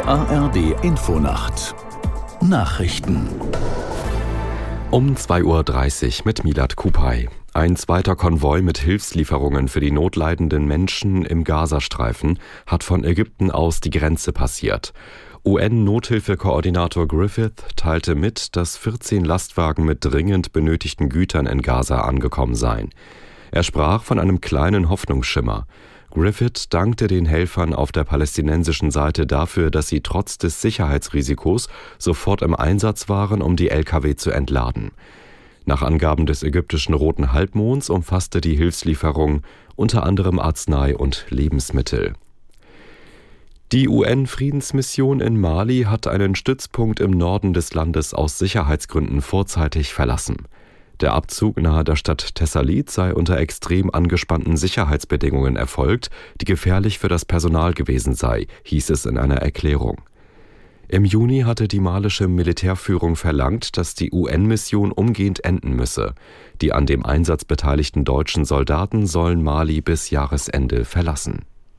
ARD Infonacht Nachrichten um 2:30 Uhr mit Milad Kupay. Ein zweiter Konvoi mit Hilfslieferungen für die notleidenden Menschen im Gazastreifen hat von Ägypten aus die Grenze passiert. UN-Nothilfekoordinator Griffith teilte mit, dass 14 Lastwagen mit dringend benötigten Gütern in Gaza angekommen seien. Er sprach von einem kleinen Hoffnungsschimmer. Griffith dankte den Helfern auf der palästinensischen Seite dafür, dass sie trotz des Sicherheitsrisikos sofort im Einsatz waren, um die Lkw zu entladen. Nach Angaben des ägyptischen Roten Halbmonds umfasste die Hilfslieferung unter anderem Arznei und Lebensmittel. Die UN-Friedensmission in Mali hat einen Stützpunkt im Norden des Landes aus Sicherheitsgründen vorzeitig verlassen. Der Abzug nahe der Stadt Tessalit sei unter extrem angespannten Sicherheitsbedingungen erfolgt, die gefährlich für das Personal gewesen sei, hieß es in einer Erklärung. Im Juni hatte die malische Militärführung verlangt, dass die UN-Mission umgehend enden müsse. Die an dem Einsatz beteiligten deutschen Soldaten sollen Mali bis Jahresende verlassen.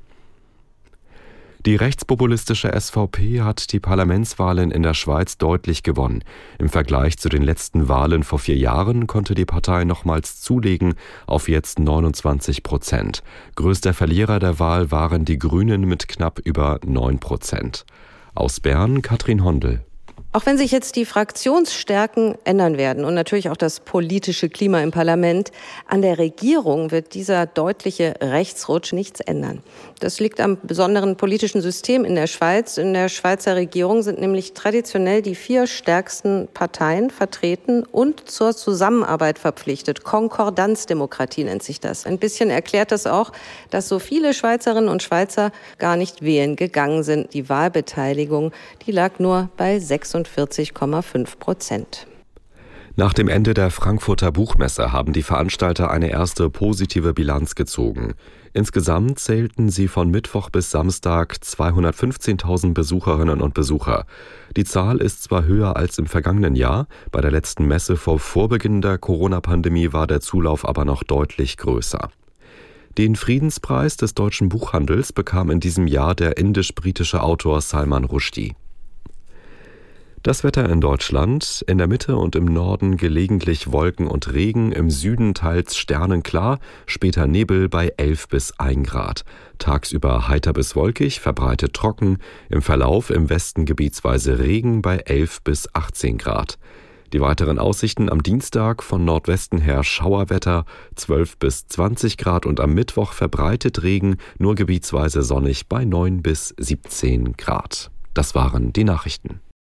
Die rechtspopulistische SVP hat die Parlamentswahlen in der Schweiz deutlich gewonnen. Im Vergleich zu den letzten Wahlen vor 4 Jahren konnte die Partei nochmals zulegen auf jetzt 29%. Größter Verlierer der Wahl waren die Grünen mit knapp über 9%. Aus Bern Katrin Hondel. Auch wenn sich jetzt die Fraktionsstärken ändern werden und natürlich auch das politische Klima im Parlament, an der Regierung wird dieser deutliche Rechtsrutsch nichts ändern. Das liegt am besonderen politischen System in der Schweiz. In der Schweizer Regierung sind nämlich traditionell die 4 stärksten Parteien vertreten und zur Zusammenarbeit verpflichtet. Konkordanzdemokratie nennt sich das. Ein bisschen erklärt das auch, dass so viele Schweizerinnen und Schweizer gar nicht wählen gegangen sind. Die Wahlbeteiligung, die lag nur bei 46,5%. Nach dem Ende der Frankfurter Buchmesse haben die Veranstalter eine erste positive Bilanz gezogen. Insgesamt zählten sie von Mittwoch bis Samstag 215.000 Besucherinnen und Besucher. Die Zahl ist zwar höher als im vergangenen Jahr, bei der letzten Messe vor Vorbeginn der Corona-Pandemie war der Zulauf aber noch deutlich größer. Den Friedenspreis des deutschen Buchhandels bekam in diesem Jahr der indisch-britische Autor Salman Rushdie. Das Wetter in Deutschland: in der Mitte und im Norden gelegentlich Wolken und Regen, im Süden teils sternenklar, später Nebel bei 11 bis 1 Grad. Tagsüber heiter bis wolkig, verbreitet trocken, im Verlauf im Westen gebietsweise Regen bei 11 bis 18 Grad. Die weiteren Aussichten: am Dienstag von Nordwesten her Schauerwetter, 12 bis 20 Grad und am Mittwoch verbreitet Regen, nur gebietsweise sonnig bei 9 bis 17 Grad. Das waren die Nachrichten.